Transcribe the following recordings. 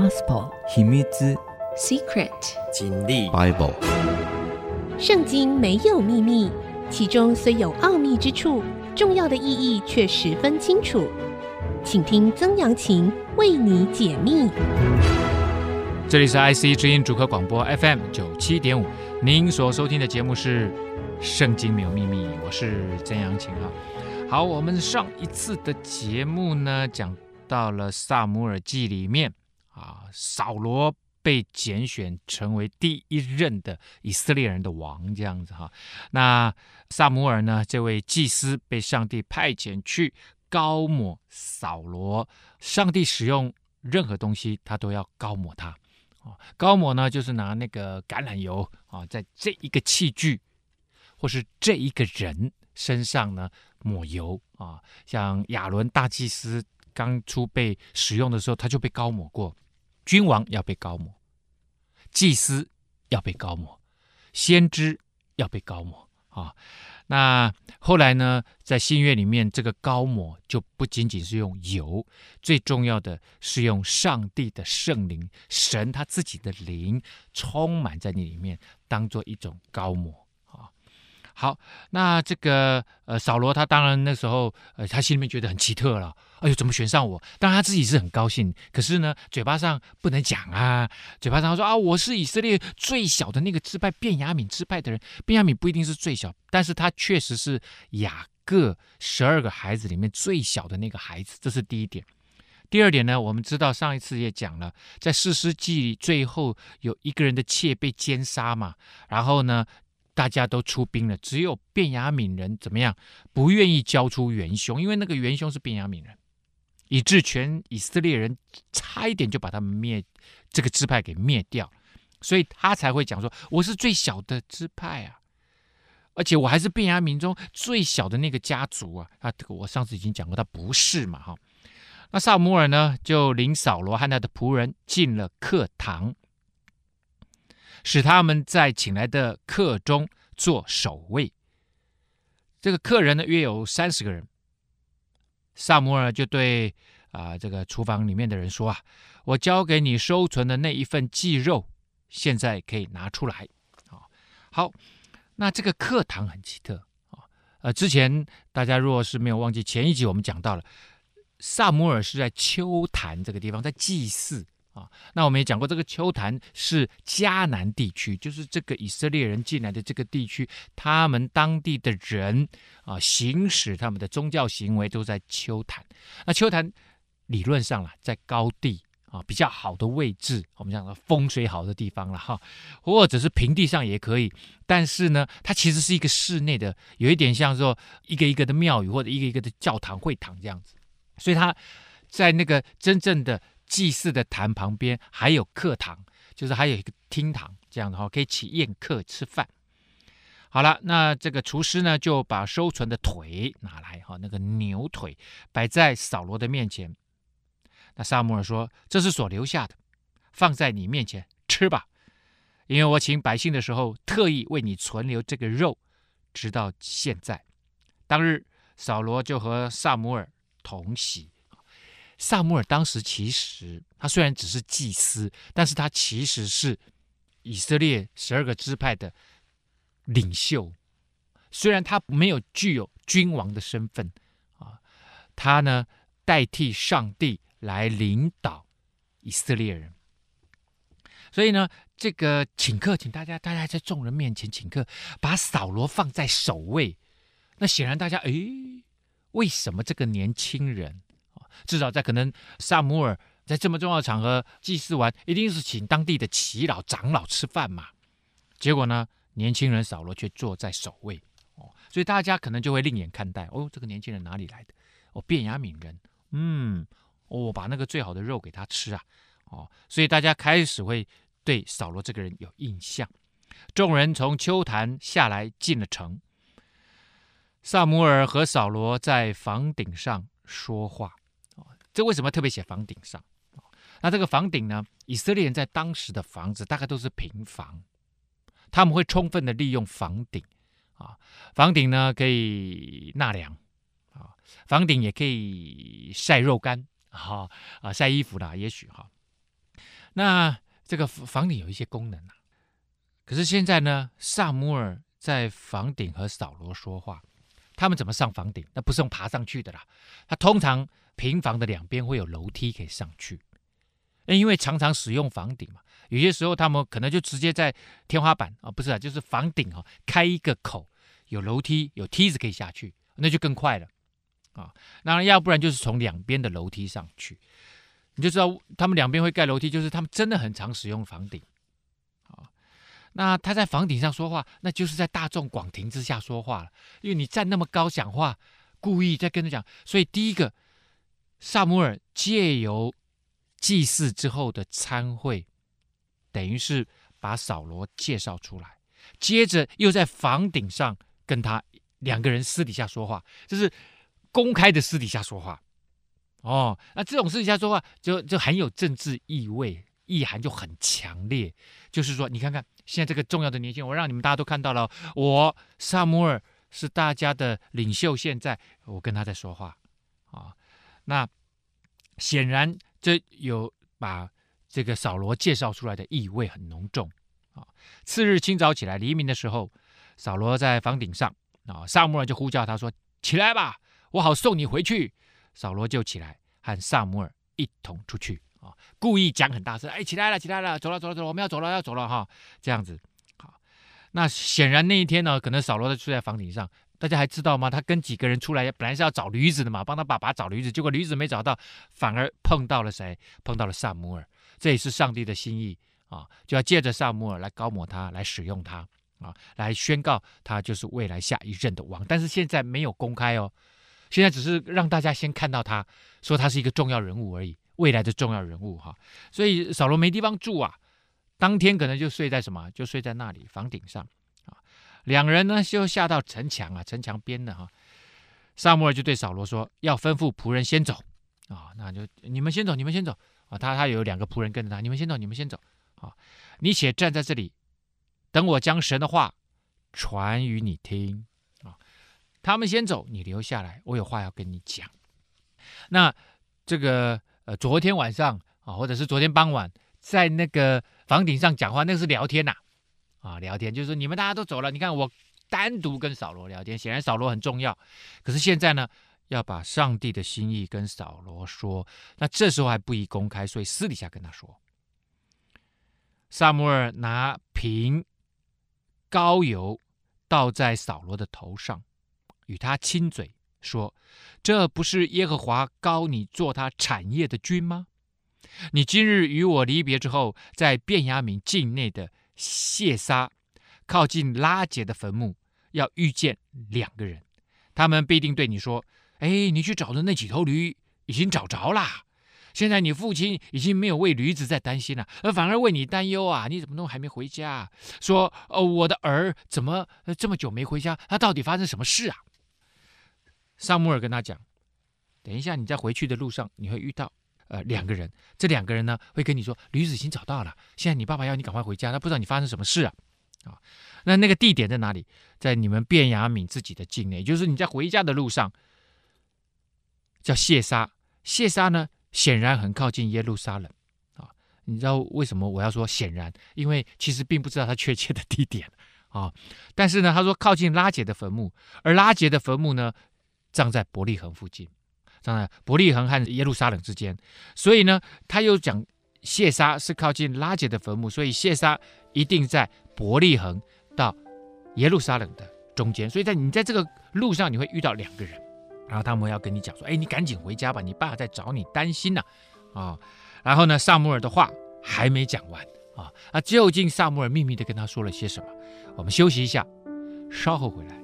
Gospel 秘密 Secret 真理 Bible 圣经没有秘密，其中虽有奥秘之处，重要的意义却十分清楚。请听曾阳晴为你解密。 这里是 IC 之音主客广播 FM97.5， 您所收听的节目是《圣经没有秘密》，我是曾阳晴啊。好，我们上一次的节目呢，讲到了撒母耳记里面扫罗被拣选成为第一任的以色列人的王，这样子哈。那撒母耳呢，这位祭司被上帝派遣去膏抹扫罗，上帝使用任何东西，他都要膏抹他。膏抹呢，就是拿那个橄榄油在这一个器具或是这一个人身上呢抹油啊。像亚伦大祭司刚出被使用的时候，他就被膏抹过。君王要被膏抹，祭司要被膏抹，先知要被膏抹啊。那后来呢，在新约里面，这个膏抹就不仅仅是用油，最重要的是用上帝的圣灵，神他自己的灵充满在你里面，当做一种膏抹啊。好，那这个扫罗他当然那时候他心里面觉得很奇特了，哎呦，怎么选上我？当然他自己是很高兴，可是呢，嘴巴上不能讲啊，嘴巴上说啊，我是以色列最小的那个支派便雅悯支派的人。便雅悯不一定是最小，但是他确实是雅各12个孩子里面最小的那个孩子，这是第一点。第二点呢，我们知道上一次也讲了，在士师记最后有一个人的妾被奸杀嘛，然后呢，大家都出兵了，只有便雅悯人怎么样？不愿意交出元凶，因为那个元凶是便雅悯人，以致全以色列人差一点就把他们这个支派给灭掉，所以他才会讲说，我是最小的支派啊，而且我还是便雅悯中最小的那个家族啊。我上次已经讲过，他不是嘛哈。那撒母耳呢，就领扫罗和他的仆人进了客堂，使他们在请来的客中做守卫。这个客人呢，约有30个人。撒母耳就对这个厨房里面的人说啊，我交给你收存的那一份祭肉，现在可以拿出来。好，那这个客堂很奇特之前大家若是没有忘记，前一集我们讲到了，撒母耳是在丘坛这个地方在祭祀那我们也讲过，这个丘坛是迦南地区，就是这个以色列人进来的这个地区，他们当地的人行使他们的宗教行为都在丘坛。那丘坛理论上啦，在高地比较好的位置，我们讲的风水好的地方啦或者是平地上也可以。但是呢，它其实是一个室内的，有一点像说一个一个的庙宇或者一个一个的教堂会堂这样子。所以它在那个真正的祭祀的坛旁边还有客堂，就是还有一个厅堂，这样的可以请宴客吃饭。好了，那这个厨师呢，就把收存的腿拿来那个牛腿摆在扫罗的面前。那撒母耳说，这是所留下的，放在你面前吃吧，因为我请百姓的时候特意为你存留这个肉，直到现在。当日扫罗就和撒母耳同席。撒母耳当时其实他虽然只是祭司，但是他其实是以色列12个支派的领袖。虽然他没有具有君王的身份他呢代替上帝来领导以色列人。所以呢，这个请客，请大家在众人面前请客，把扫罗放在首位。那显然大家为什么这个年轻人？至少在可能撒母耳在这么重要的场合祭祀完，一定是请当地的耆老长老吃饭嘛。结果呢，年轻人扫罗却坐在首位所以大家可能就会另眼看待这个年轻人哪里来的？便雅悯人，我把那个最好的肉给他吃啊所以大家开始会对扫罗这个人有印象。众人从丘坛下来，进了城。撒母耳和扫罗在房顶上说话。这为什么特别写房顶上？那这个房顶呢，以色列人在当时的房子大概都是平房，他们会充分的利用房顶房顶呢可以纳凉房顶也可以晒肉干晒衣服啦，也许那这个房顶有一些功能啊，可是现在呢，撒母耳在房顶和扫罗说话，他们怎么上房顶？那不是用爬上去的啦，他通常平房的两边会有楼梯可以上去，因为常常使用房顶嘛，有些时候他们可能就直接在天花板啊，不是啊，就是房顶啊，开一个口，有楼梯，有梯子可以下去，那就更快了啊。那要不然就是从两边的楼梯上去，你就知道他们两边会盖楼梯，就是他们真的很常使用房顶啊。那他在房顶上说话，那就是在大众广庭之下说话了，因为你站那么高讲话，故意在跟他讲，所以第一个，撒母耳借由祭祀之后的参会，等于是把扫罗介绍出来，接着又在房顶上跟他两个人私底下说话，就是公开的私底下说话哦。那这种私底下说话就很有政治意味，意涵就很强烈。就是说，你看看现在这个重要的年轻人，我让你们大家都看到了，我撒母耳是大家的领袖，现在我跟他在说话啊。那显然这有把这个扫罗介绍出来的意味很浓重啊。次日清早起来，黎明的时候，扫罗在房顶上啊，撒母耳就呼叫他说：“起来吧，我好送你回去。”扫罗就起来，和撒母耳一同出去啊，故意讲很大声：“哎，起来了，起来了，走了，走了，走了，我们要走了，要走了哈。”这样子好。那显然那一天呢，可能扫罗就住在房顶上。大家还知道吗？他跟几个人出来，本来是要找驴子的嘛，帮他爸爸找驴子，结果驴子没找到，反而碰到了谁？碰到了撒母耳。这也是上帝的心意啊，就要借着撒母耳来膏抹他，来使用他啊，来宣告他就是未来下一任的王。但是现在没有公开哦，现在只是让大家先看到他，说他是一个重要人物而已，未来的重要人物哈。所以扫罗没地方住啊，当天可能就睡在什么？就睡在那里房顶上。两人呢就下到城墙啊，城墙边的哈。撒母耳就对扫罗说：“要吩咐仆人先走啊，那就你们先走，你们先走啊。他有两个仆人跟着他，你们先走，你们先走啊。你且站在这里，等我将神的话传与你听啊。他们先走，你留下来，我有话要跟你讲。那这个昨天晚上啊，或者是昨天傍晚，在那个房顶上讲话，那个是聊天呐。”聊天就是你们大家都走了，你看我单独跟扫罗聊天，显然扫罗很重要。可是现在呢，要把上帝的心意跟扫罗说，那这时候还不宜公开，所以私底下跟他说。撒母耳拿瓶膏油倒在扫罗的头上，与他亲嘴说：“这不是耶和华膏你做他产业的君吗？你今日与我离别之后，在便雅悯境内的谢撒靠近拉结的坟墓，要遇见两个人，他们必定对你说：哎，你去找的那几头驴已经找着啦。现在你父亲已经没有为驴子在担心了，反而为你担忧啊！你怎么都还没回家？说我的儿怎么这么久没回家？他到底发生什么事啊？”撒母耳跟他讲：“等一下你在回去的路上，你会遇到两个人，这两个人呢会跟你说，驴子已经找到了，现在你爸爸要你赶快回家，他不知道你发生什么事啊。那个地点在哪里？在你们便雅悯自己的境内，也就是你在回家的路上，叫谢撒。谢撒呢，显然很靠近耶路撒冷啊。你知道为什么我要说显然？因为其实并不知道他确切的地点啊。但是呢，他说靠近拉结的坟墓，而拉结的坟墓呢，葬在伯利恒附近。伯利恒和耶路撒冷之间，所以呢，他又讲谢撒是靠近拉结的坟墓，所以谢撒一定在伯利恒到耶路撒冷的中间，所以你在这个路上你会遇到两个人，然后他们要跟你讲说：哎，你赶紧回家吧，你爸在找你，担心呐然后呢，撒母耳的话还没讲完究竟撒母耳秘密的跟他说了些什么？我们休息一下，稍后回来。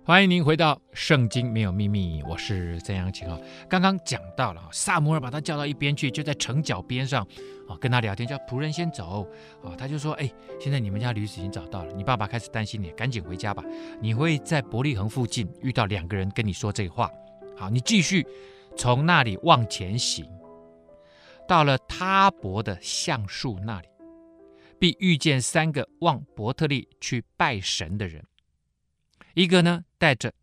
欢迎您回到圣经没有秘密，我是曾阳晴。刚刚讲到了撒母耳把他叫到一边去，就在城角边上跟他聊天，叫仆人先走。他就说现在你们家驴子已经找到了，你爸爸开始担心你，赶紧回家吧，你会在伯利恒附近遇到2个人跟你说这话。好，你继续从那里往前行，到了他伯的橡树那里，必遇见3个往伯特利去拜神的人，一个呢带着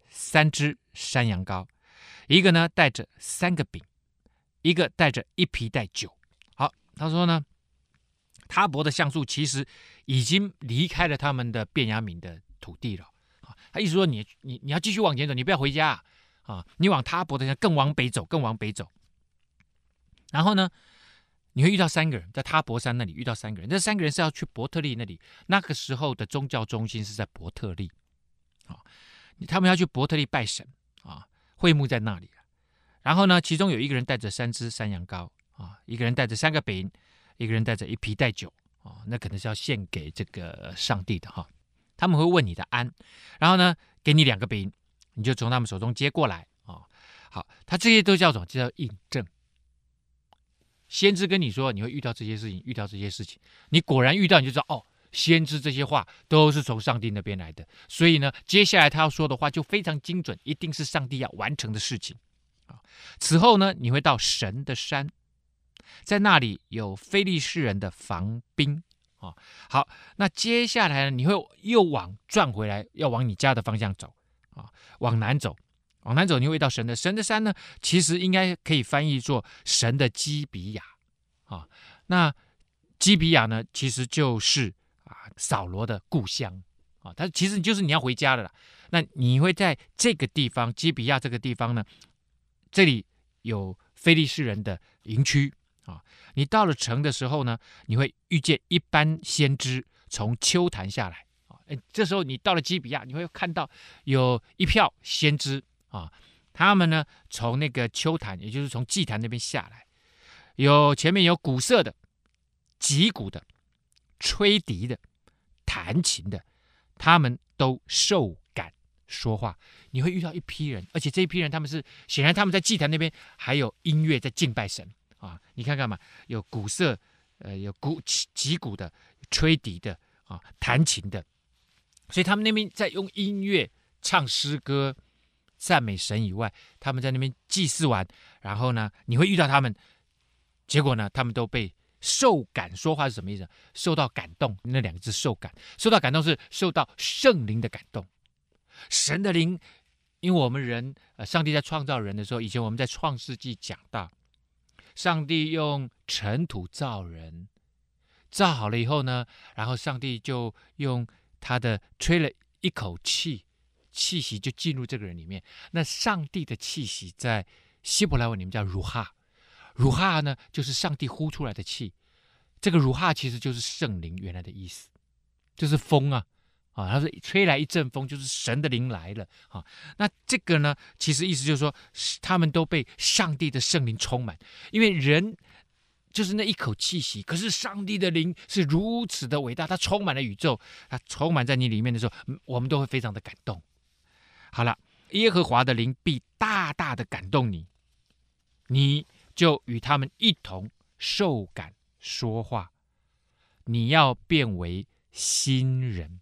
3只山羊羔，一个呢带着3个饼，一个带着1皮袋酒。好，他说呢，他伯的橡树其实已经离开了他们的便雅悯的土地了。他意思说你要继续往前走，你不要回家你往他伯的更往北走，更往北走。然后呢，你会遇到3个人，在他伯山那里遇到3个人，这3个人是要去伯特利那里，那个时候的宗教中心是在伯特利。他们要去伯特利拜神会幕在那里。然后呢，其中有一个人带着3只山羊羔一个人带着3个饼，一个人带着1皮袋酒那可能是要献给这个上帝的他们会问你的安，然后呢给你2个饼，你就从他们手中接过来好，他这些都叫什么？叫印证。先知跟你说你会遇到这些事情，遇到这些事情，你果然遇到，你就知道先知这些话都是从上帝那边来的，所以呢，接下来他要说的话就非常精准，一定是上帝要完成的事情。此后呢，你会到神的山，在那里有非利士人的防兵。好，那接下来呢，你会又转回来，要往你家的方向走往南走，往南走你会到神的山呢，其实应该可以翻译作神的基比亚那基比亚呢，其实就是扫罗的故乡他其实就是你要回家的啦。那你会在这个地方，基比亚这个地方呢，这里有非利士人的营区你到了城的时候呢，你会遇见一班先知从丘坛下来这时候你到了基比亚，你会看到有一票先知他们呢从那个丘坛，也就是从祭坛那边下来，前面有鼓瑟的、击鼓的、吹笛的、弹琴的，他们都受感说话。你会遇到一批人，而且这一批人他们是显然他们在祭坛那边还有音乐在敬拜神你看看嘛，有鼓瑟有击鼓的、吹笛的弹琴的，所以他们那边在用音乐唱诗歌赞美神以外，他们在那边祭祀完，然后呢你会遇到他们，结果呢他们都被受感说话是什么意思？受到感动，那2个字受感，受到感动是受到圣灵的感动。神的灵，因为我们人上帝在创造人的时候，以前我们在创世纪讲到，上帝用尘土造人，造好了以后呢，然后上帝就用他的吹了一口气，气息就进入这个人里面。那上帝的气息在希伯来文里面叫如哈，如哈呢就是上帝呼出来的气，这个如哈其实就是圣灵原来的意思，就是风他说吹来一阵风，就是神的灵来了那这个呢其实意思就是说，他们都被上帝的圣灵充满，因为人就是那一口气息，可是上帝的灵是如此的伟大，他充满了宇宙，他充满在你里面的时候，我们都会非常的感动。好了，耶和华的灵必大大的感动你，你就与他们一同受感说话，你要变为新人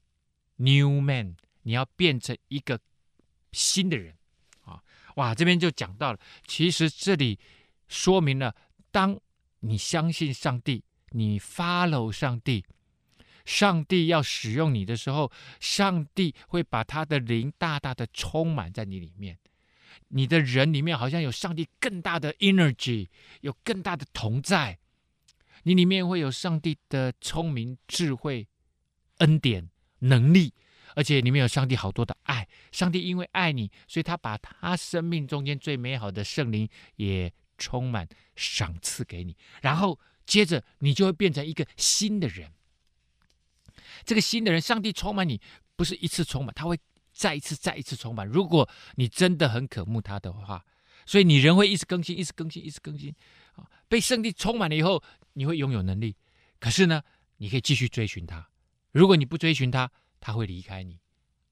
New Man， 你要变成一个新的人哇，这边就讲到了，其实这里说明了，当你相信上帝，你 follow 上帝，上帝要使用你的时候，上帝会把他的灵大大的充满在你里面，你的人里面好像有上帝更大的 energy， 有更大的同在，你里面会有上帝的聪明、智慧、恩典、能力，而且里面有上帝好多的爱。上帝因为爱你，所以他把他生命中间最美好的圣灵也充满赏赐给你，然后接着你就会变成一个新的人。这个新的人，上帝充满你不是一次充满，他会再一次充满，如果你真的很渴慕他的话，所以你人会一直更新，一直更新，一直更新被上帝充满了以后，你会拥有能力，可是呢你可以继续追寻他，如果你不追寻他，他会离开你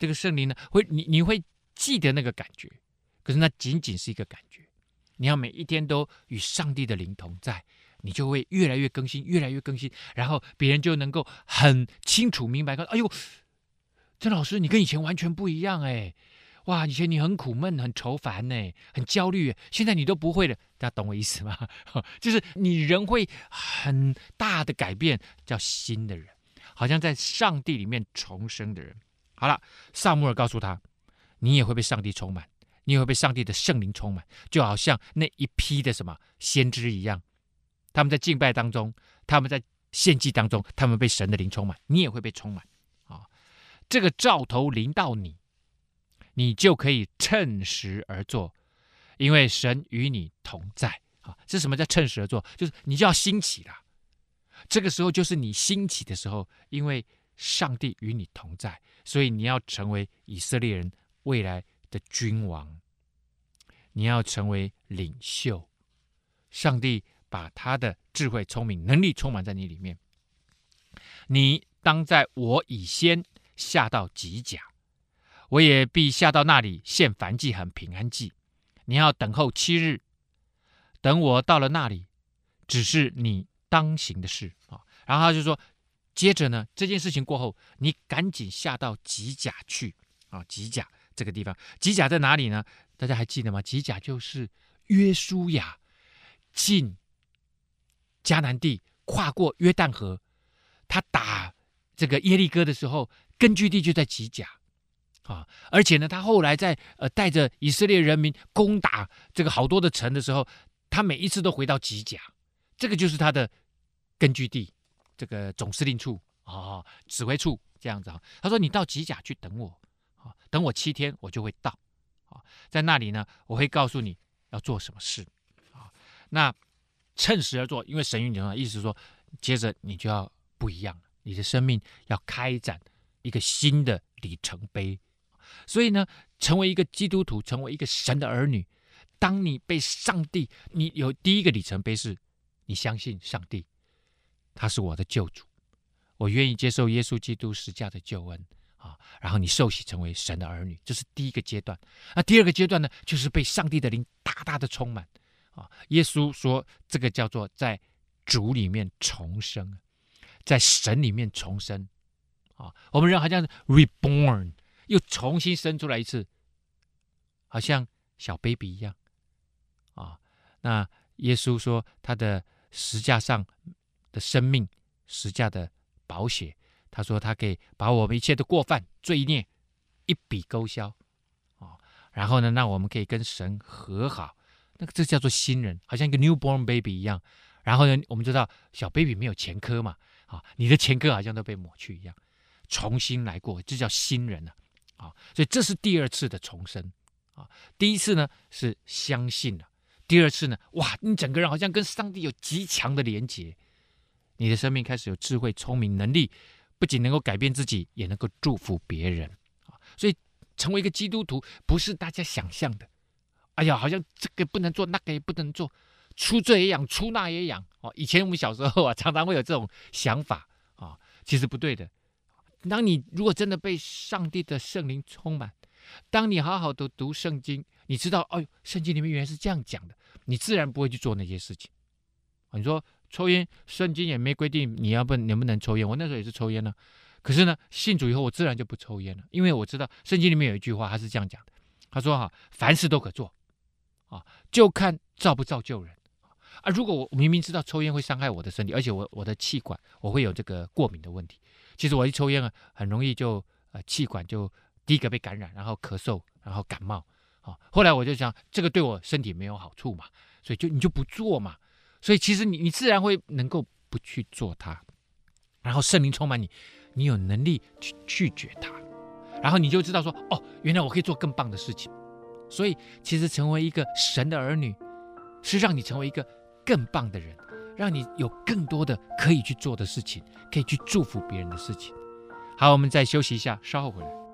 这个圣灵呢，你会记得那个感觉，可是那仅仅是一个感觉。你要每一天都与上帝的灵同在，你就会越来越更新，越来越更新，然后别人就能够很清楚明白，哎呦，曾老师，你跟以前完全不一样哎！哇，以前你很苦闷、很愁烦呢，很焦虑，现在你都不会了，大家懂我意思吗？就是你人会很大的改变，叫新的人，好像在上帝里面重生的人。好了，撒母耳告诉他，你也会被上帝充满，你也会被上帝的圣灵充满，就好像那一批的什么先知一样，他们在敬拜当中，他们在献祭当中，他们被神的灵充满，你也会被充满啊！这个兆头临到你，你就可以趁时而做，因为神与你同在啊！这什么叫趁时而做？就是你就要兴起了。这个时候就是你兴起的时候，因为上帝与你同在，所以你要成为以色列人未来的君王，你要成为领袖。上帝把他的智慧、聪明、能力充满在你里面。你当在我以先下到吉甲，我也必下到那里献燔祭和平安祭。你要等候7日，等我到了那里，只是你当行的事啊。然后他就说，接着呢，这件事情过后，你赶紧下到吉甲去啊。吉甲这个地方，吉甲在哪里呢？大家还记得吗？吉甲就是约书亚进迦南地，跨过约旦河，他打这个耶利哥的时候，根据地就在吉甲啊。而且呢，他后来在带着以色列人民攻打这个好多的城的时候，他每一次都回到吉甲，这个就是他的根据地，这个总司令处啊，指挥处这样子啊。他说：“你到吉甲去等我啊，等我7天，我就会到啊，在那里呢，我会告诉你要做什么事啊。那趁时而做，因为神与你同在，意思是说，接着你就要不一样了，你的生命要开展一个新的里程碑。所以呢，成为一个基督徒，成为一个神的儿女，当你被上帝，你有第一个里程碑是，你相信上帝，他是我的救主，我愿意接受耶稣基督十架的救恩啊，然后你受洗成为神的儿女，这是第一个阶段。那第二个阶段呢，就是被上帝的灵大大的充满啊。耶稣说，这个叫做在主里面重生，在神里面重生啊。我们人好像是 reborn， 又重新生出来一次，好像小 baby 一样啊。那耶稣说，他的十架上的生命，十架的宝血，他说他可以把我们一切的过犯、罪孽一笔勾销啊。然后呢，让我们可以跟神和好。那个这叫做新人，好像一个 newborn baby 一样。然后呢，我们知道小 baby 没有前科嘛，啊，你的前科好像都被抹去一样，重新来过，这叫新人啊。所以这是第二次的重生啊。第一次呢是相信了，第二次呢，哇，你整个人好像跟上帝有极强的连结，你的生命开始有智慧、聪明、能力，不仅能够改变自己，也能够祝福别人啊。所以成为一个基督徒，不是大家想象的。哎呀，好像这个不能做，那个也不能做，出这也养，出那也养哦。以前我们小时候啊，常常会有这种想法啊，其实不对的。当你如果真的被上帝的圣灵充满，当你好好的读圣经，你知道，哦，圣经里面原来是这样讲的，你自然不会去做那些事情。你说抽烟，圣经也没规定你能不能抽烟，我那时候也是抽烟呢。可是呢，信主以后，我自然就不抽烟了，因为我知道圣经里面有一句话，他是这样讲的，他说哈，凡事都可做。就看造不造就人啊！如果我明明知道抽烟会伤害我的身体，而且我的气管我会有这个过敏的问题，其实我一抽烟很容易就气管就第一个被感染，然后咳嗽，然后感冒啊。后来我就想，这个对我身体没有好处嘛，所以你就不做嘛。所以其实你自然会能够不去做它，然后圣灵充满你，你有能力去拒绝它，然后你就知道说，哦，原来我可以做更棒的事情。所以其实成为一个神的儿女，是让你成为一个更棒的人，让你有更多的可以去做的事情，可以去祝福别人的事情。好，我们再休息一下，稍后回来。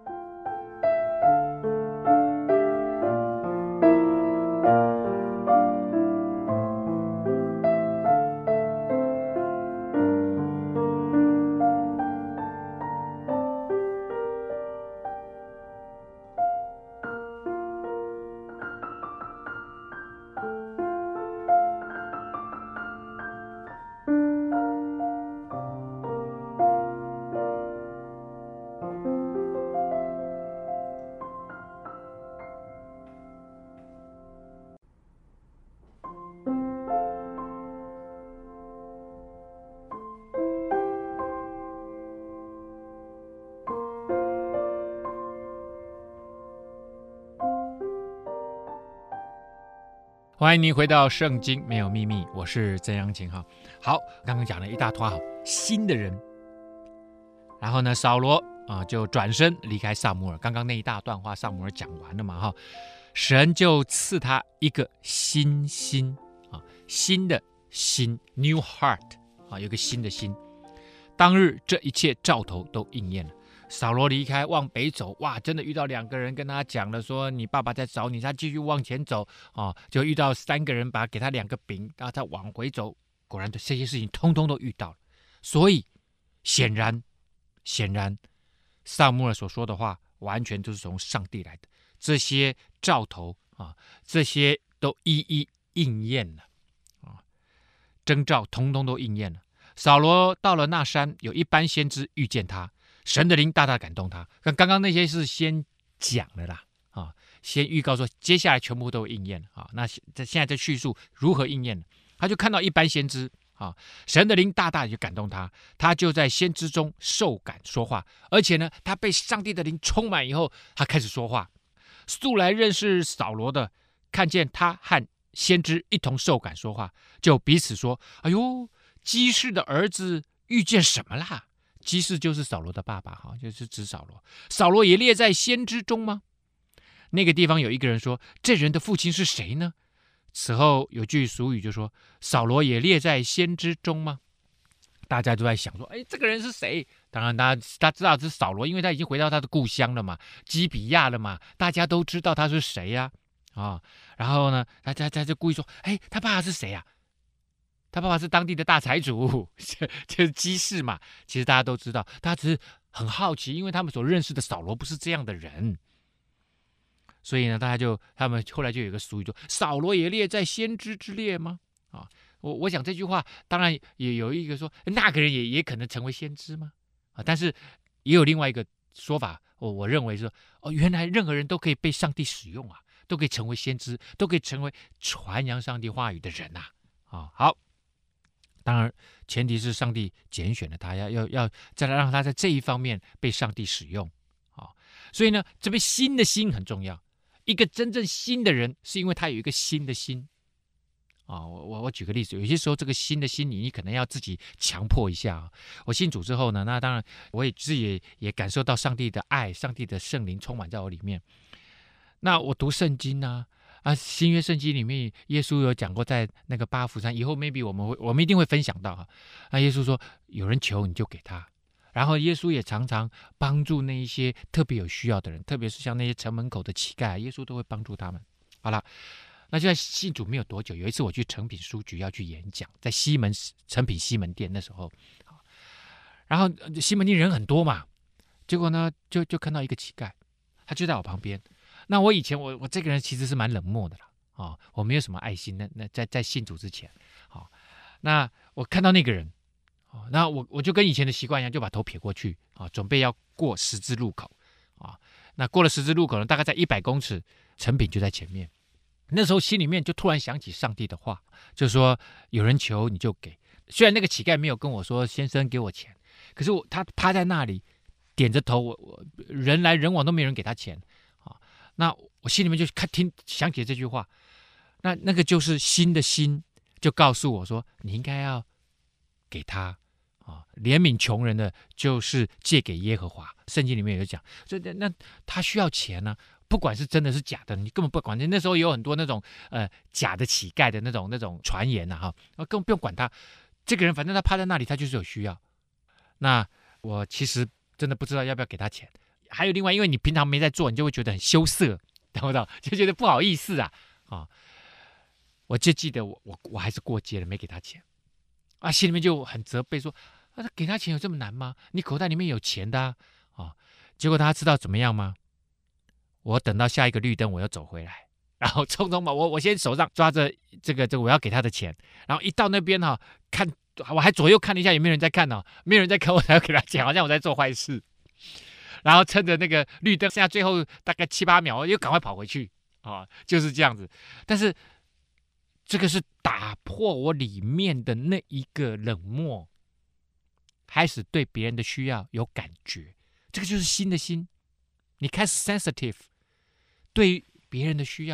欢迎您回到圣经没有秘密，我是曾阳晴哈。好，刚刚讲了一大坨新的人，然后呢，扫罗就转身离开撒母耳。刚刚那一大段话，撒母耳讲完了嘛哈，神就赐他一个新心新的心 ，new heart 有个新的心。当日这一切兆头都应验了。扫罗离开往北走，哇，真的遇到2个人跟他讲了说你爸爸在找你。他继续往前走就遇到3个人给他2个饼，然后他往回走，果然这些事情通通都遇到了。所以显然撒母耳所说的话完全都是从上帝来的，这些兆头这些都一一应验了征兆通通都应验了。扫罗到了那山，有一班先知遇见他，神的灵大大感动他。刚刚那些是先讲了啦先预告说接下来全部都应验了那现在在叙述如何应验了。他就看到一班先知神的灵大大就感动他，他就在先知中受感说话，而且呢，他被上帝的灵充满以后，他开始说话。素来认识扫罗的，看见他和先知一同受感说话，就彼此说：“哎呦，基士的儿子遇见什么啦？”基士就是扫罗的爸爸就是指扫罗。扫罗也列在先知中吗？那个地方有一个人说：“这人的父亲是谁呢？”此后有句俗语就说：“扫罗也列在先知中吗？”大家都在想说：“这个人是谁？”当然他知道是扫罗，因为他已经回到他的故乡了嘛，基比亚了嘛，大家都知道他是谁呀然后呢，他就故意说：“他爸爸是谁呀？”他爸爸是当地的大财主，就是基士嘛。其实大家都知道，大家只是很好奇，因为他们所认识的扫罗不是这样的人。所以呢，他们后来就有一个俗语说：“扫罗也列在先知之列吗？”我想这句话当然也有一个说，那个人也可能成为先知吗？但是也有另外一个说法，我认为说原来任何人都可以被上帝使用都可以成为先知，都可以成为传扬上帝话语的人好，当然前提是上帝拣选了他，要再来让他在这一方面被上帝使用所以呢，这边新的心很重要。一个真正新的人，是因为他有一个新的心我举个例子，有些时候这个新的心你可能要自己强迫一下我信主之后呢，那当然我也自己也感受到上帝的爱，上帝的圣灵充满在我里面。那我读圣经新约圣经里面耶稣有讲过，在那个八福山以后 maybe 我们一定会分享到那耶稣说有人求你就给他，然后耶稣也常常帮助那一些特别有需要的人，特别是像那些城门口的乞丐耶稣都会帮助他们。好了，那就在信主没有多久，有一次我去诚品书局要去演讲，在诚品西门店那时候然后西门店人很多嘛，结果呢就看到一个乞丐，他就在我旁边。那我以前我这个人其实是蛮冷漠的啦我没有什么爱心。那在信主之前那我看到那个人那我就跟以前的习惯一样，就把头撇过去准备要过十字路口那过了十字路口呢，大概在100公尺，诚品就在前面。那时候心里面就突然想起上帝的话，就说有人求你就给。虽然那个乞丐没有跟我说先生给我钱，可是他趴在那里点着头，我人来人往都没人给他钱那我心里面就想起这句话，那个就是新的心就告诉我说你应该要给他怜悯穷人的就是借给耶和华。圣经里面有讲，那他需要钱不管是真的是假的，你根本不管。那时候有很多那种假的乞丐的那种传言根本不用管他。这个人反正他趴在那里，他就是有需要。那我其实真的不知道要不要给他钱。还有另外，因为你平常没在做，你就会觉得很羞涩，懂不懂？就觉得不好意思我就记得我还是过街了，没给他钱心里面就很责备说给他钱有这么难吗？你口袋里面有钱的结果他知道怎么样吗？我等到下一个绿灯，我又走回来，然后匆匆我先手上抓着这个我要给他的钱，然后一到那边看，我还左右看了一下有没有人在看没有人在看，我才要给他钱，好像我在做坏事。然后趁着那个绿灯剩下最后大概7、8秒，我又赶快跑回去就是这样子。但是这个是打破我里面的那一个冷漠，开始对别人的需要有感觉，这个就是新的心。你开始 sensitive 对别人的需要，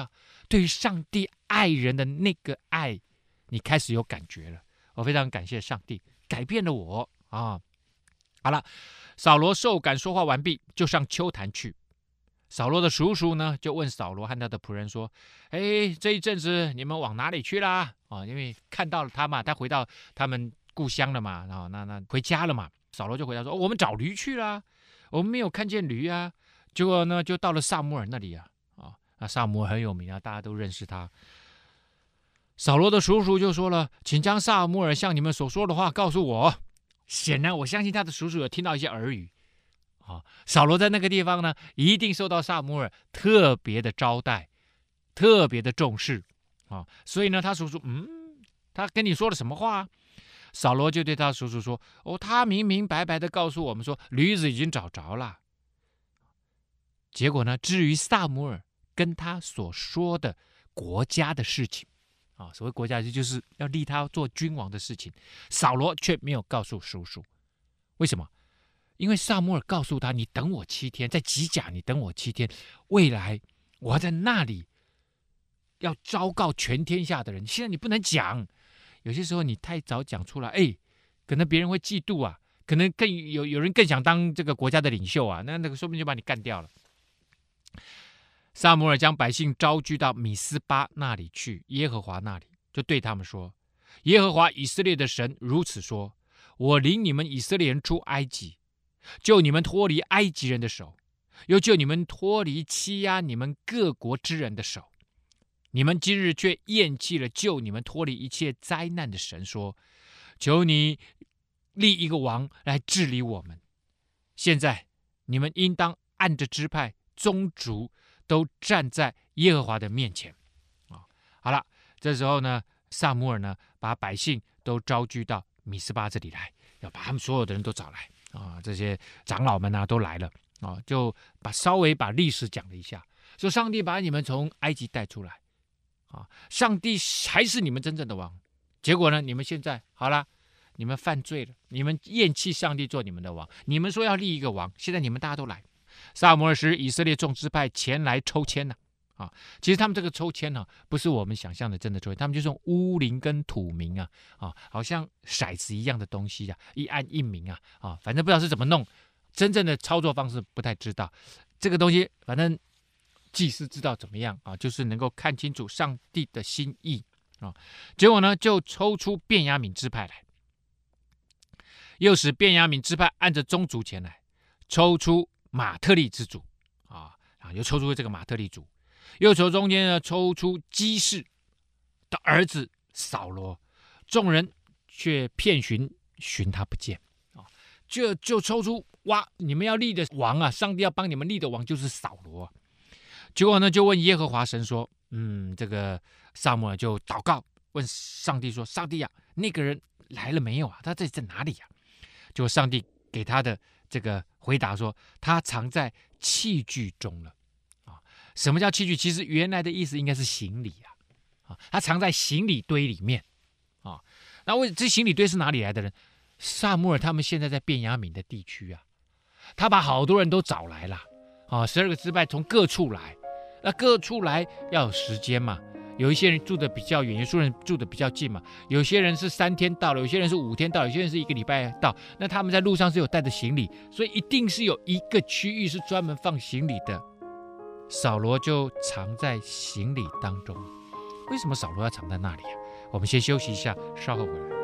对于上帝爱人的那个爱，你开始有感觉了。我非常感谢上帝改变了我啊！好了，扫罗受感说话完毕，就上丘坛去。扫罗的叔叔呢，就问扫罗和他的仆人说：“哎，这一阵子你们往哪里去啦？啊，因为看到了他嘛，他回到他们故乡了嘛，然后那回家了嘛。”扫罗就回答说：“我们找驴去啦，我们没有看见驴啊。”结果呢，就到了撒母耳那里啊，那撒母耳很有名啊，大家都认识他。扫罗的叔叔就说了：“请将撒母耳向你们所说的话告诉我。”显然，我相信他的叔叔有听到一些耳语。扫罗在那个地方呢，一定受到撒母耳特别的招待，特别的重视所以呢，他叔叔他跟你说了什么话？扫罗就对他叔叔说：“他明明白白的告诉我们说，驴子已经找着了。”结果呢，至于撒母耳跟他所说的国家的事情所谓国家就是要立他做君王的事情，扫罗却没有告诉叔叔。为什么？因为撒母耳告诉他：“你等我7天，在吉甲你等我7天，未来我要在那里要昭告全天下的人。现在你不能讲，有些时候你太早讲出来，可能别人会嫉妒啊，可能更有人更想当这个国家的领袖啊，那个说不定就把你干掉了。”撒母耳将百姓招聚到米斯巴那里去，耶和华那里，就对他们说：“耶和华以色列的神如此说：我领你们以色列人出埃及，救你们脱离埃及人的手，又救你们脱离欺压你们各国之人的手。你们今日却厌弃了救你们脱离一切灾难的神，说：求你立一个王来治理我们。现在你们应当按着支派宗族都站在耶和华的面前。”好了，这时候呢，撒母耳呢把百姓都招聚到米斯巴这里来，要把他们所有的人都找来这些长老们都来了就稍微把历史讲了一下，说上帝把你们从埃及带出来上帝还是你们真正的王。结果呢，你们现在好了，你们犯罪了，你们厌弃上帝做你们的王，你们说要立一个王，现在你们大家都来。撒母耳使以色列众支派前来抽签其实他们这个抽签不是我们想象的真的抽签，他们就是用乌灵跟土名好像骰子一样的东西一按一名反正不知道是怎么弄，真正的操作方式不太知道。这个东西反正祭司知道怎么样就是能够看清楚上帝的心意结果呢，就抽出便雅悯支派来，又使便雅悯支派按着宗族前来，抽出马特利之族又抽出这个马特利族，又从中间呢抽出基士的儿子扫罗，众人却遍寻他不见就抽出你们要立的王上帝要帮你们立的王就是扫罗结果呢，就问耶和华神说：这个撒母耳就祷告问上帝说：上帝那个人来了没有他在哪里结果上帝给他的这个回答说：他藏在器具中了什么叫器具？其实原来的意思应该是行李他藏在行李堆里面那这行李堆是哪里来的人？撒母耳他们现在在便雅悯的地区他把好多人都找来了12个支派从各处来，那各处来要有时间嘛，有一些人住的比较远，有些人住的比较近嘛，有些人是3天到了，有些人是5天到了，有些人是1个礼拜到，那他们在路上是有带着行李，所以一定是有一个区域是专门放行李的。扫罗就藏在行李当中。为什么扫罗要藏在那里我们先休息一下，稍后回来。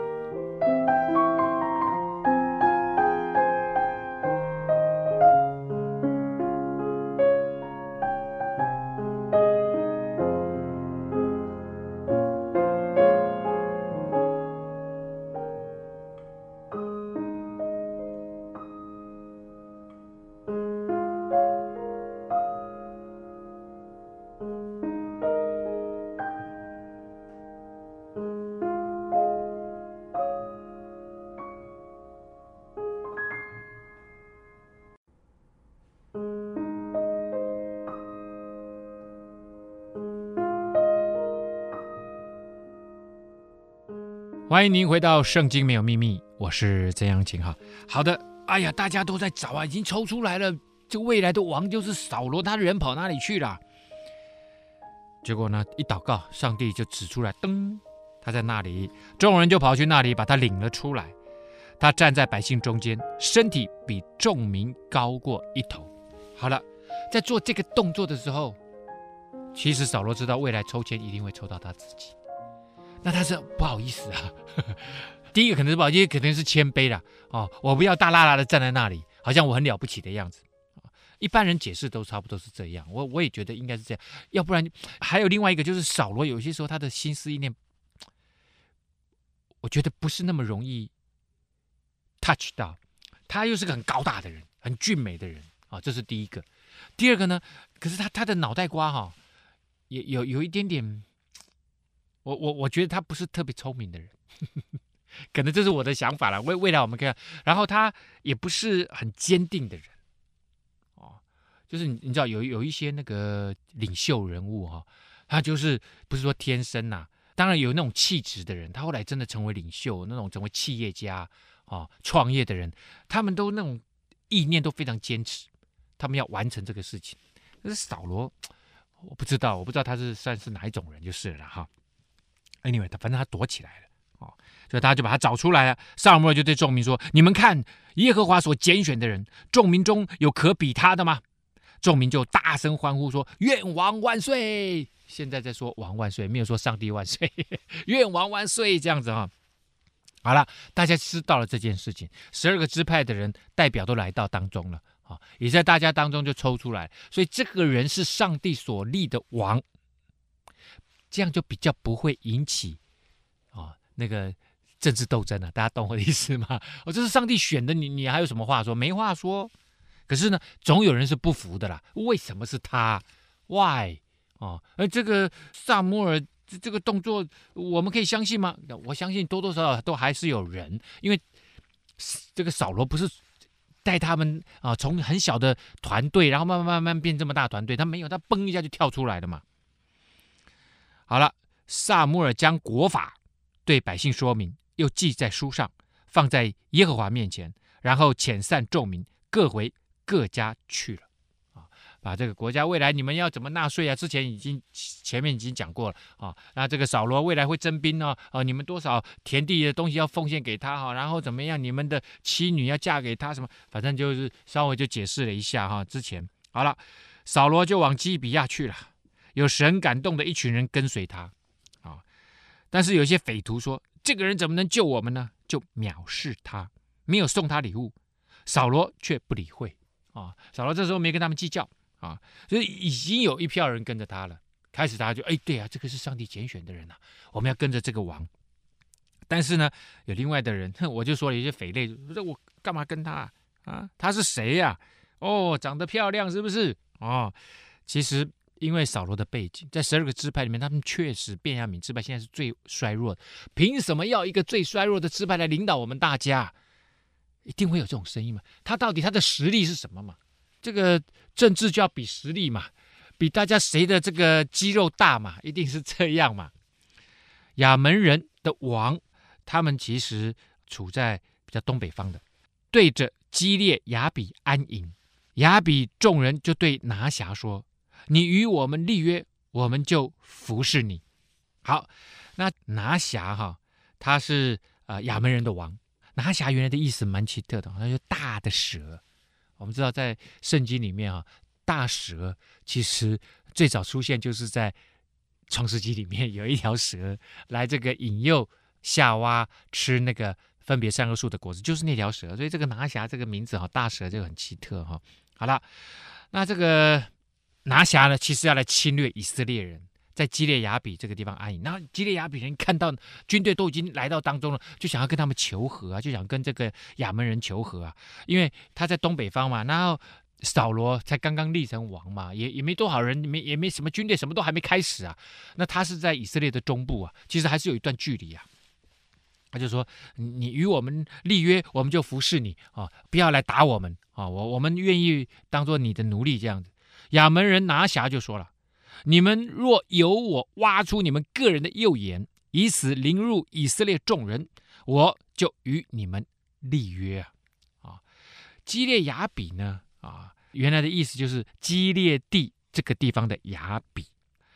欢迎您回到圣经没有秘密，我是曾阳晴好的，大家都在找已经抽出来了，这未来的王就是扫罗，他人跑哪里去了？ 结果呢，一祷告，上帝就指出来，噔，他在那里，众人就跑去那里，把他领了出来。他站在百姓中间，身体比众民高过一头。好了，在做这个动作的时候，其实扫罗知道未来抽签一定会抽到他自己，那他是不好意思啊。第一个可能是不好意思，可能是谦卑啦。我不要大喇喇的站在那里，好像我很了不起的样子。一般人解释都差不多是这样，我也觉得应该是这样。要不然还有另外一个，就是扫罗有些时候他的心思意念，我觉得不是那么容易 touch 到。他又是个很高大的人，很俊美的人啊，这是第一个。第二个呢，可是他的脑袋瓜也有一点点，我觉得他不是特别聪明的人。可能这是我的想法了，未来我们看。然后他也不是很坚定的人，就是你知道有一些那个领袖人物他就是不是说天生呐，当然有那种气质的人，他后来真的成为领袖，那种成为企业家创业的人，他们都那种意念都非常坚持，他们要完成这个事情。但是扫罗，我不知道他是算是哪一种人就是了哈。Anyway， 反正他躲起来了。所以大家就把他找出来了。撒母耳就对众民说：“你们看，耶和华所拣选的人，众民中有可比他的吗？”众民就大声欢呼说：“愿王万岁！”现在在说王万岁，没有说上帝万岁。愿王万岁，这样子好了，大家知道了这件事情，12个支派的人代表都来到当中了也在大家当中就抽出来，所以这个人是上帝所立的王，这样就比较不会引起那个政治斗争了，大家懂我的意思吗？这是上帝选的，你还有什么话说？没话说。可是呢，总有人是不服的啦。为什么是他 ？Why？ 这个撒母耳这个动作，我们可以相信吗？我相信多多少少都还是有人，因为这个扫罗不是带他们从很小的团队，然后慢慢变这么大团队，他没有，他嘣一下就跳出来了嘛。好了，撒母耳将国法对百姓说明，又记在书上，放在耶和华面前，然后遣散众民，各回各家去了把这个国家未来你们要怎么纳税啊？前面已经讲过了那这个扫罗未来会征兵你们多少田地的东西要奉献给他然后怎么样？你们的妻女要嫁给他什么？反正就是稍微就解释了一下之前好了，扫罗就往基比亚去了，有神感动的一群人跟随他但是有些匪徒说，这个人怎么能救我们呢？就藐视他，没有送他礼物。扫罗却不理会扫罗这时候没跟他们计较所以已经有一票人跟着他了。开始他就对啊，这个是上帝拣选的人我们要跟着这个王。但是呢，有另外的人，我就说了一些匪类，说我干嘛跟他他是谁呀？长得漂亮是不是其实因为扫罗的背景，在12个支派里面，他们确实便雅悯支派现在是最衰弱的，凭什么要一个最衰弱的支派来领导我们大家？一定会有这种声音嘛？他到底他的实力是什么嘛？这个政治就要比实力嘛，比大家谁的这个肌肉大嘛，一定是这样嘛。亚门人的王，他们其实处在比较东北方的，对着基列雅比安营。雅比众人就对拿辖说：“你与我们立约，我们就服侍你。”好，那拿辖他是亚门人的王。拿辖原来的意思蛮奇特的，那就大的蛇。我们知道在圣经里面大蛇其实最早出现就是在创世纪里面有一条蛇来这个引诱夏娃吃那个分别善恶树的果子，就是那条蛇。所以这个拿辖这个名字大蛇就很奇特好了，那这个拿辖呢，其实要来侵略以色列人，在基列雅比这个地方安营。然后基列雅比人看到军队都已经来到当中了，就想要跟他们求和就想跟这个亚门人求和因为他在东北方嘛，然后扫罗才刚刚立成王嘛，也没多少人，也没什么军队，什么都还没开始那他是在以色列的中部其实还是有一段距离他就说：“你与我们立约，我们就服侍你不要来打我们我们愿意当做你的奴隶这样子。”亚门人拿辖就说了：“你们若由我挖出你们个人的右眼，以此凌辱以色列众人，我就与你们立约基列雅比呢原来的意思就是基列地这个地方的雅比。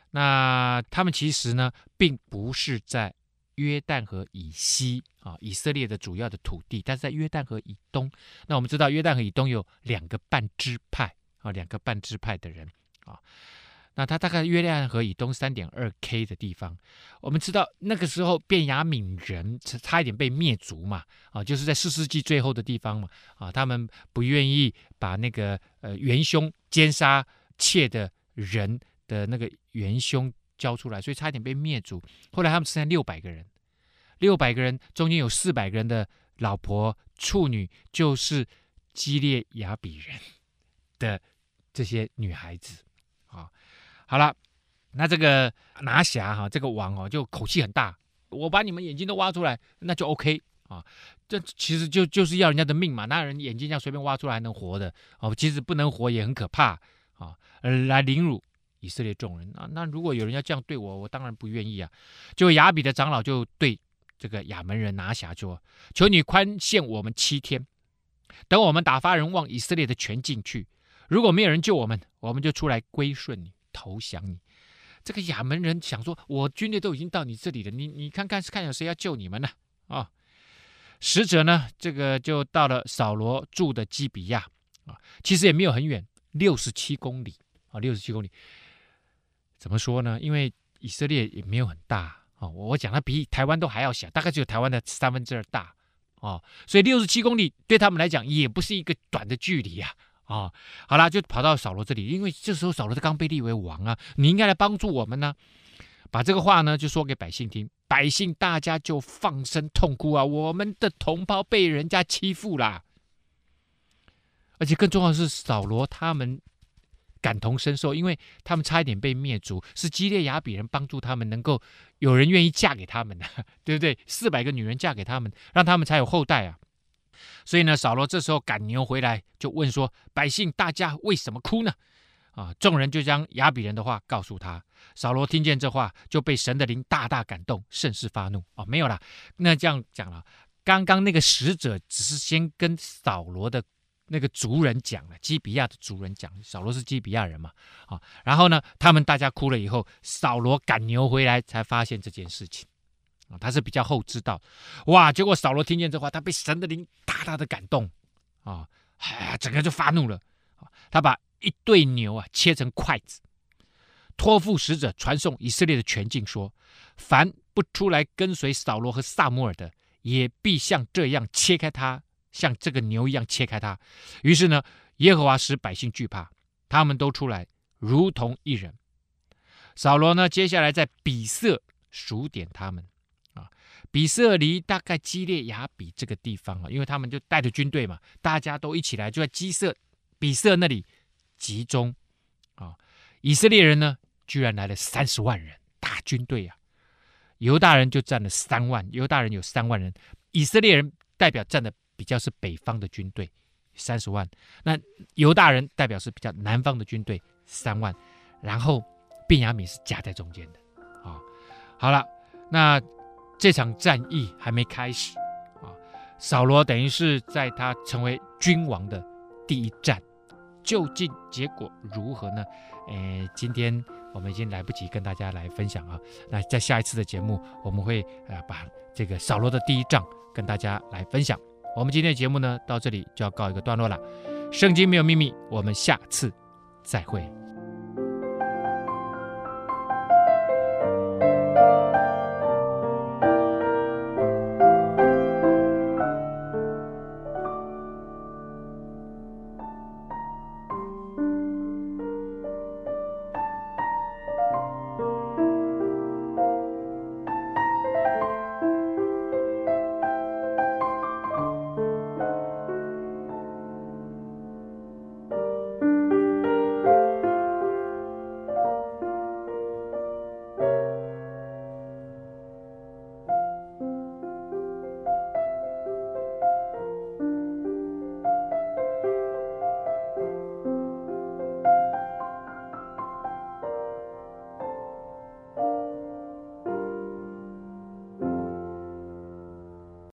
那他们其实呢，并不是在约旦河以西以色列的主要的土地，但是在约旦河以东。那我们知道约旦河以东有2个半支派2个半支派的人那他大概约旦河以东 3.2K 的地方。我们知道那个时候便雅悯人差一点被灭族嘛就是在4世纪最后的地方嘛他们不愿意把那个元凶奸杀妾的人的那个元凶交出来，所以差一点被灭族。后来他们只剩下600个人，600个人中间有400个人的老婆处女，就是基列雅比人的这些女孩子好了，那这个拿辖这个王就口气很大，我把你们眼睛都挖出来，那就 OK这其实就是要人家的命嘛，哪有人眼睛这样随便挖出来还能活的其实不能活也很可怕来凌辱以色列众人那如果有人要这样对我，我当然不愿意就亚比的长老就对这个亚门人拿辖说：求你宽限我们7天，等我们打发人往以色列的全境去，如果没有人救我们，我们就出来归顺你，投降你。这个亚门人想说，我军队都已经到你这里了，你看看有谁要救你们呢使者呢，这个就到了扫罗住的基比亚其实也没有很远，67公里67公里。怎么说呢？因为以色列也没有很大我讲它比台湾都还要小，大概只有台湾的2/3大所以67公里对他们来讲也不是一个短的距离好啦，就跑到扫罗这里，因为这时候扫罗刚被立为王你应该来帮助我们把这个话呢就说给百姓听，百姓大家就放声痛哭我们的同胞被人家欺负啦。而且更重要的是，扫罗他们感同身受，因为他们差一点被灭族，是基列雅比人帮助他们，能够有人愿意嫁给他们对不对？400个女人嫁给他们，让他们才有后代所以呢，扫罗这时候赶牛回来，就问说：百姓大家为什么哭呢？众人就将雅比人的话告诉他。扫罗听见这话，就被神的灵大大感动，甚是发怒没有啦，那这样讲了，刚刚那个使者只是先跟扫罗的那个族人讲了，基比亚的族人讲，扫罗是基比亚人嘛然后呢，他们大家哭了以后，扫罗赶牛回来才发现这件事情他是比较后知道。结果扫罗听见这话，他被神的灵大大的感动整个就发怒了他把一对牛切成筷子，托付使者传送以色列的全境说：凡不出来跟随扫罗和撒母耳的，也必像这样切开他，像这个牛一样切开他。于是呢，耶和华使百姓惧怕，他们都出来如同一人。扫罗呢，接下来在比色数点他们比色离大概基列雅比这个地方因为他们就带着军队嘛，大家都一起来，就在比色那里集中以色列人呢，居然来了30万人，大军队犹大人就占了3万，犹大人有3万人，以色列人代表占的比较是北方的军队30万，那犹大人代表是比较南方的军队3万，然后便雅悯是夹在中间的好了，那这场战役还没开始扫罗等于是在他成为君王的第一战，究竟结果如何呢？今天我们已经来不及跟大家来分享那在下一次的节目，我们会把这个扫罗的第一仗跟大家来分享。我们今天的节目呢，到这里就要告一个段落了。圣经没有秘密，我们下次再会。